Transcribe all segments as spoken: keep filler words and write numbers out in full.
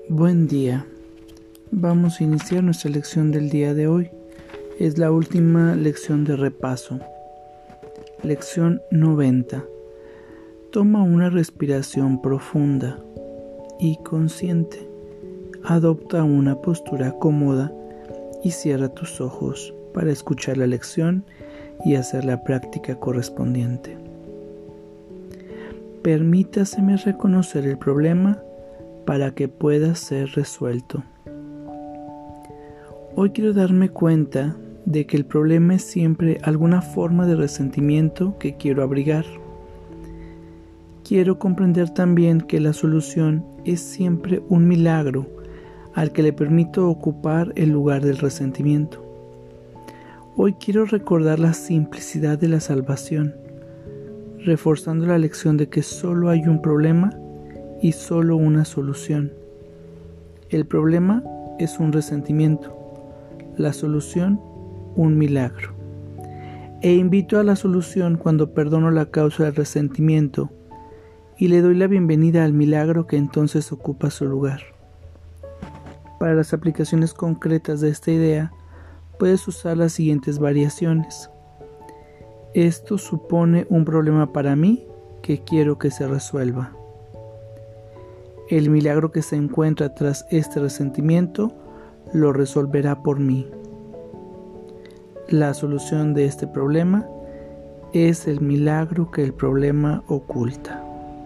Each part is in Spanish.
Buen día. Vamos a iniciar nuestra lección del día de hoy. Es la última lección de repaso. Lección noventa. Toma una respiración profunda y consciente. Adopta una postura cómoda y cierra tus ojos para escuchar la lección y hacer la práctica correspondiente. Permítaseme reconocer el problema para que pueda ser resuelto. Hoy quiero darme cuenta de que el problema es siempre alguna forma de resentimiento que quiero abrigar. Quiero comprender también que la solución es siempre un milagro al que le permito ocupar el lugar del resentimiento. Hoy quiero recordar la simplicidad de la salvación, reforzando la lección de que solo hay un problema y solo una solución. El problema es un resentimiento, la solución un milagro. E invito a la solución cuando perdono la causa del resentimiento y le doy la bienvenida al milagro que entonces ocupa su lugar. Para las aplicaciones concretas de esta idea, puedes usar las siguientes variaciones. Esto supone un problema para mí que quiero que se resuelva. El milagro que se encuentra tras este resentimiento lo resolverá por mí. La solución de este problema es el milagro que el problema oculta.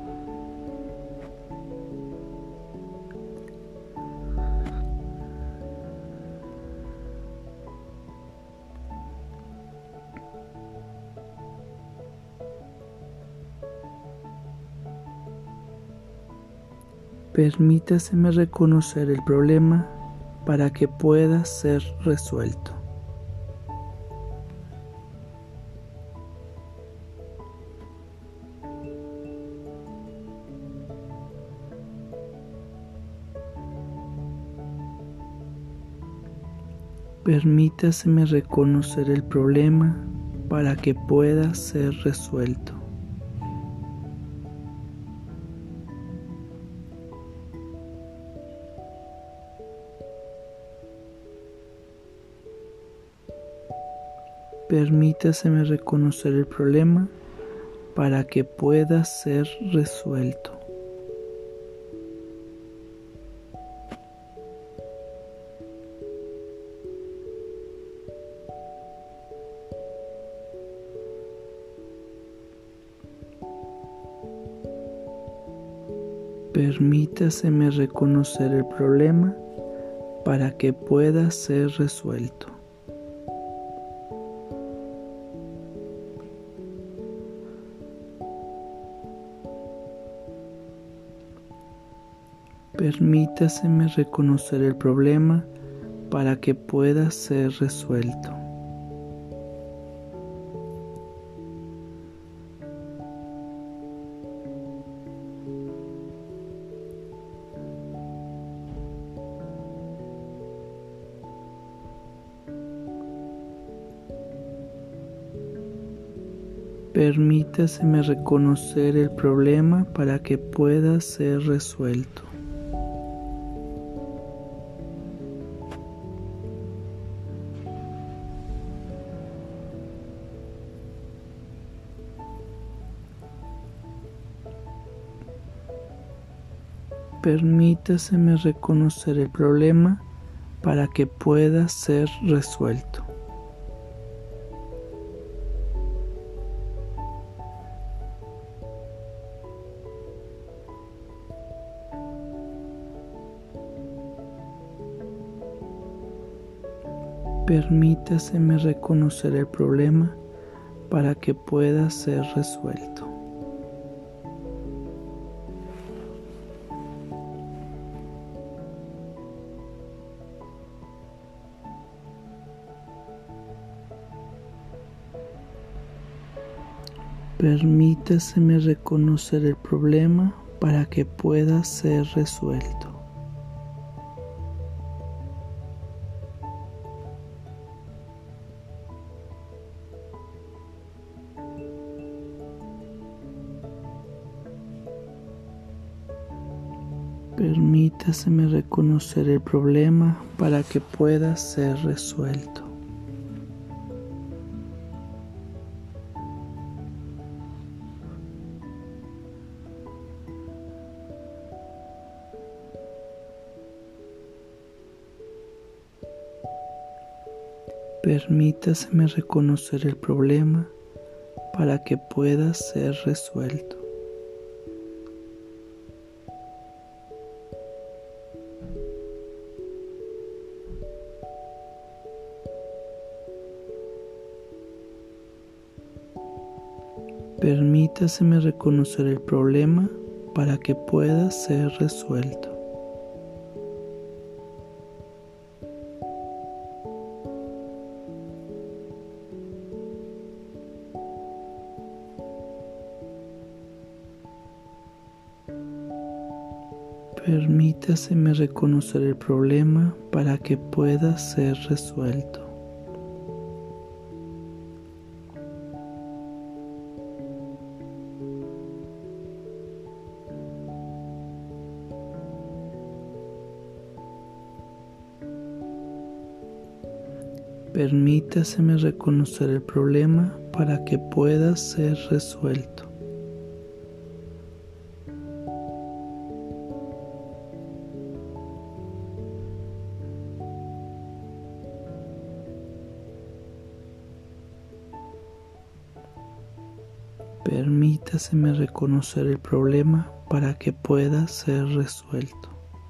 Permítaseme reconocer el problema para que pueda ser resuelto. Permítaseme reconocer el problema para que pueda ser resuelto. Permítaseme reconocer el problema para que pueda ser resuelto. Permítaseme reconocer el problema para que pueda ser resuelto. Permítaseme reconocer el problema para que pueda ser resuelto. Permítaseme reconocer el problema para que pueda ser resuelto. Permítaseme reconocer el problema para que pueda ser resuelto. Permítaseme reconocer el problema para que pueda ser resuelto. Permítaseme reconocer el problema para que pueda ser resuelto. Permítaseme reconocer el problema para que pueda ser resuelto. Permítaseme reconocer el problema para que pueda ser resuelto. Permítaseme reconocer el problema para que pueda ser resuelto. Permítaseme reconocer el problema para que pueda ser resuelto. Permítaseme reconocer el problema para que pueda ser resuelto. Permítaseme reconocer el problema para que pueda ser resuelto.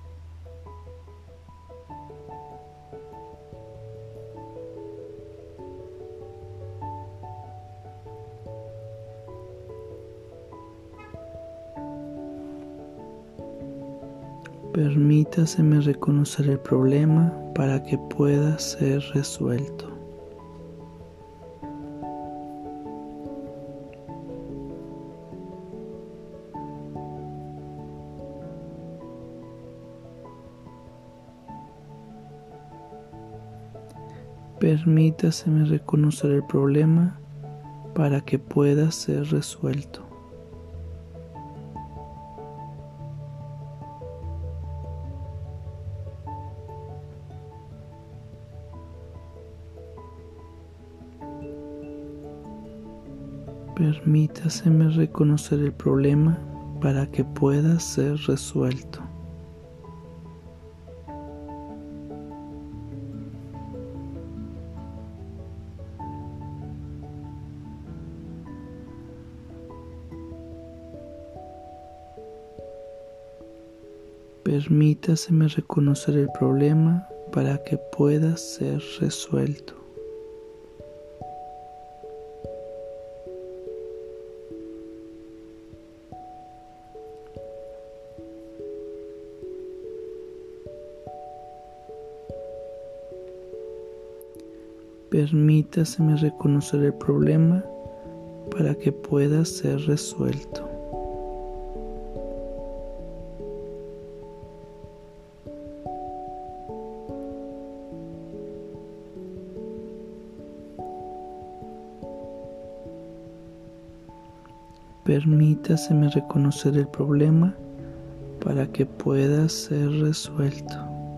Permítaseme reconocer el problema para que pueda ser resuelto. Permítaseme reconocer el problema para que pueda ser resuelto. Permítaseme reconocer el problema para que pueda ser resuelto. Permítaseme reconocer el problema para que pueda ser resuelto. Permítaseme reconocer el problema para que pueda ser resuelto. Permítaseme reconocer el problema para que pueda ser resuelto.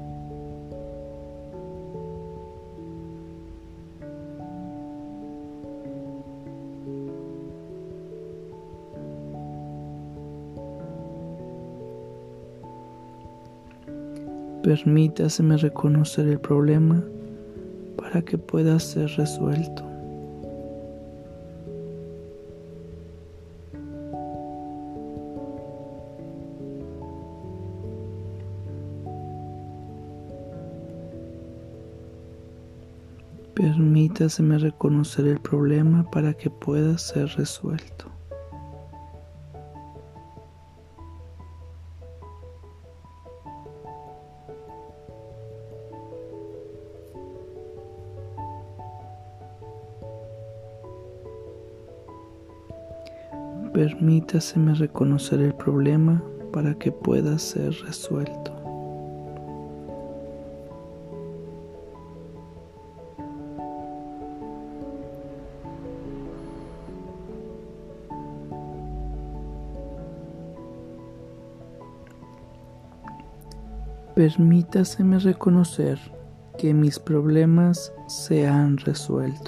Permítaseme reconocer el problema para que pueda ser resuelto. Permítaseme reconocer el problema para que pueda ser resuelto. Permítaseme reconocer el problema para que pueda ser resuelto. Permítaseme reconocer que mis problemas se han resuelto.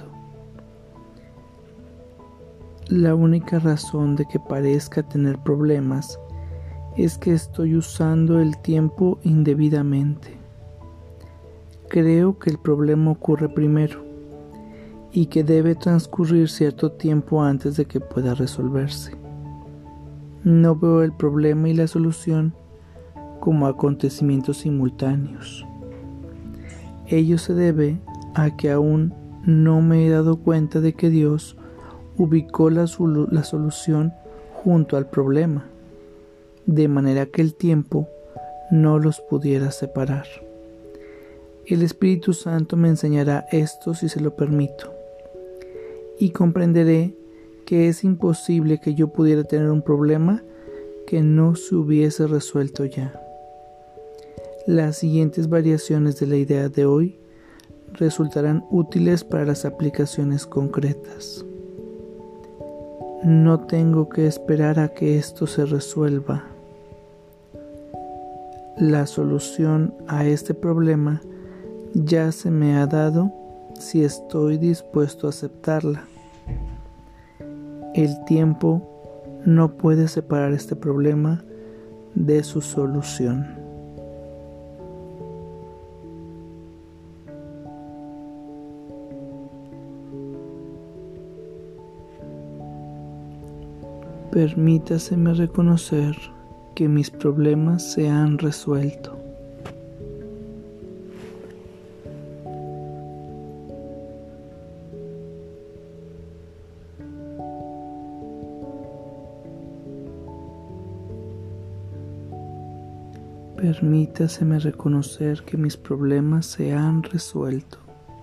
La única razón de que parezca tener problemas es que estoy usando el tiempo indebidamente. Creo que el problema ocurre primero y que debe transcurrir cierto tiempo antes de que pueda resolverse. No veo el problema y la solución como acontecimientos simultáneos. Ello se debe a que aún no me he dado cuenta de que Dios ubicó la, solu- la solución junto al problema, de manera que el tiempo no los pudiera separar. El Espíritu Santo me enseñará esto si se lo permito, y comprenderé que es imposible que yo pudiera tener un problema que no se hubiese resuelto ya. Las siguientes variaciones de la idea de hoy resultarán útiles para las aplicaciones concretas. No tengo que esperar a que esto se resuelva. La solución a este problema ya se me ha dado si estoy dispuesto a aceptarla. El tiempo no puede separar este problema de su solución. Permítaseme reconocer que mis problemas se han resuelto. Permítaseme reconocer que mis problemas se han resuelto.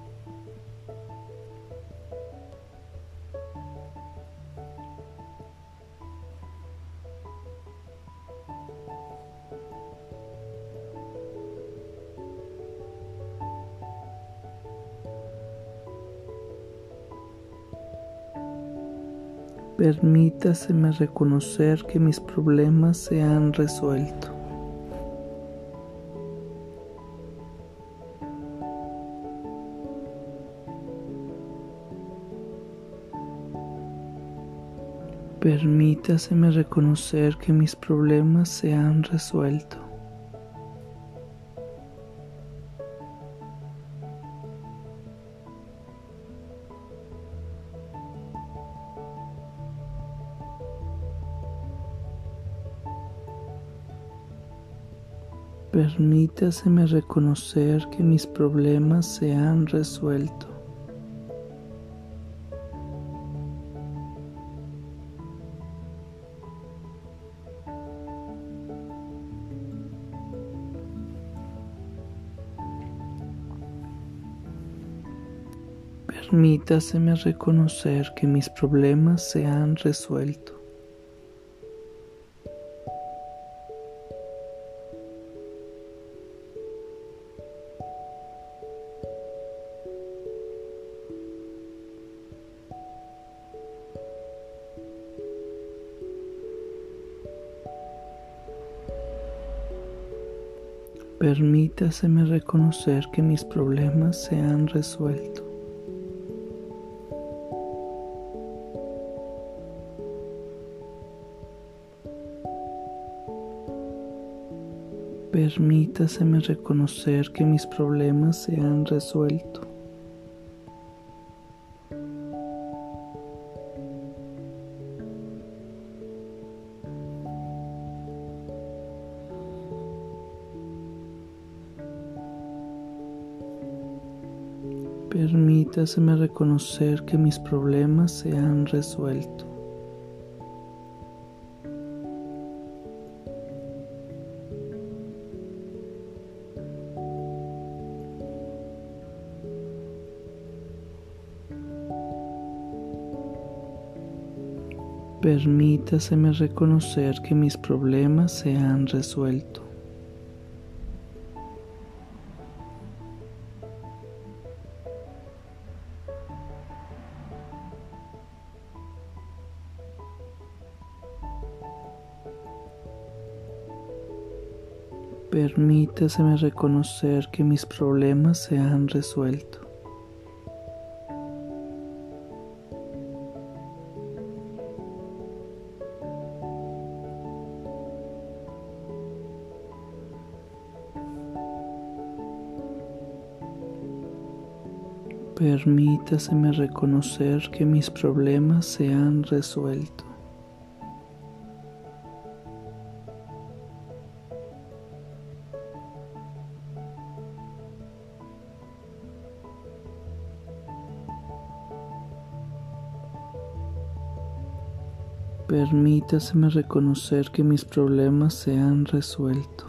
Permítaseme reconocer que mis problemas se han resuelto. Permítaseme reconocer que mis problemas se han resuelto. Permítaseme reconocer que mis problemas se han resuelto. Permítaseme reconocer que mis problemas se han resuelto. Permítaseme reconocer que mis problemas se han resuelto. Permítaseme reconocer que mis problemas se han resuelto. Permítaseme reconocer que mis problemas se han resuelto. Permítaseme reconocer que mis problemas se han resuelto. Permítaseme reconocer que mis problemas se han resuelto. Permítaseme reconocer que mis problemas se han resuelto. Permítaseme reconocer que mis problemas se han resuelto.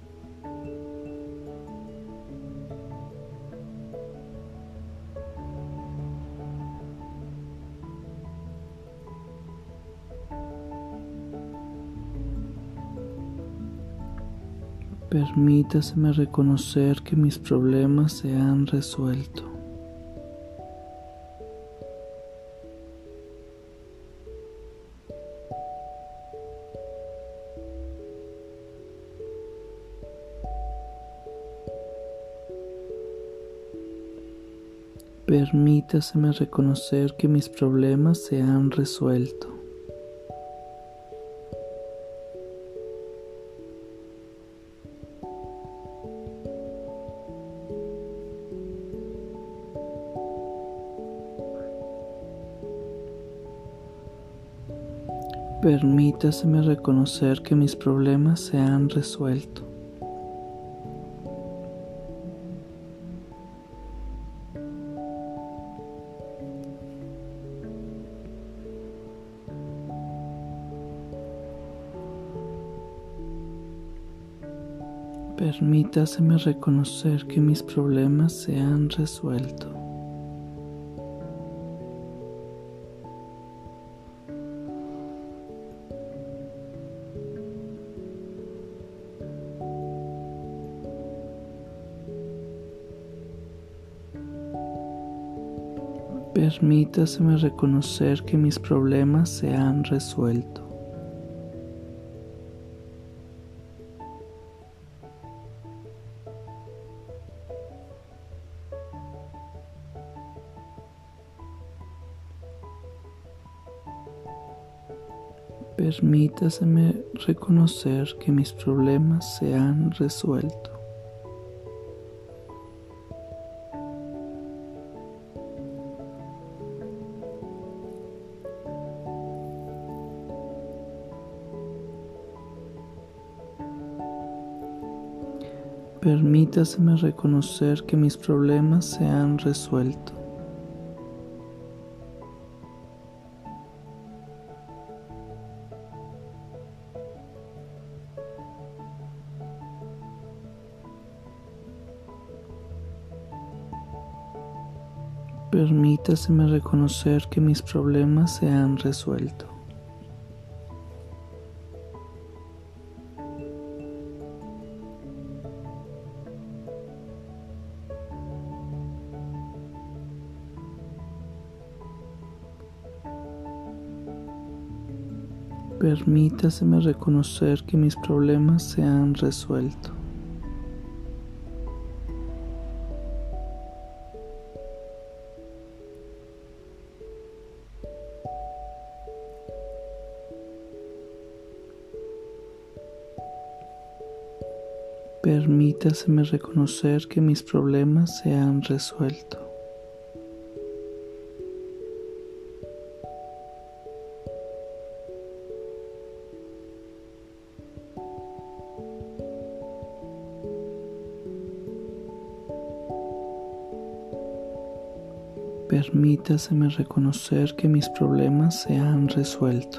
Permítaseme reconocer que mis problemas se han resuelto. Permítaseme reconocer que mis problemas se han resuelto. Permítaseme reconocer que mis problemas se han resuelto. Permítaseme reconocer que mis problemas se han resuelto. Permítaseme reconocer que mis problemas se han resuelto. Permítaseme reconocer que mis problemas se han resuelto. Permítaseme reconocer que mis problemas se han resuelto. Permítaseme reconocer que mis problemas se han resuelto. Permítaseme reconocer que mis problemas se han resuelto. Permítaseme reconocer que mis problemas se han resuelto. Permítaseme reconocer que mis problemas se han resuelto.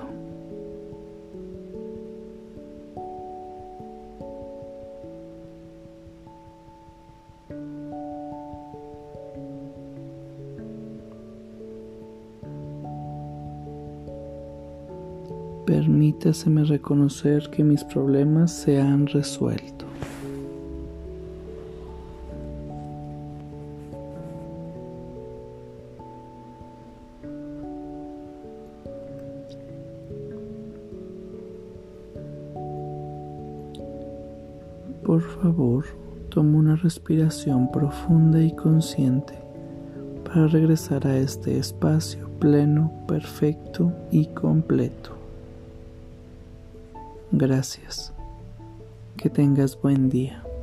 Permítaseme reconocer que mis problemas se han resuelto. por favor, toma una respiración profunda y consciente para regresar a este espacio pleno, perfecto y completo. Gracias. Que tengas buen día.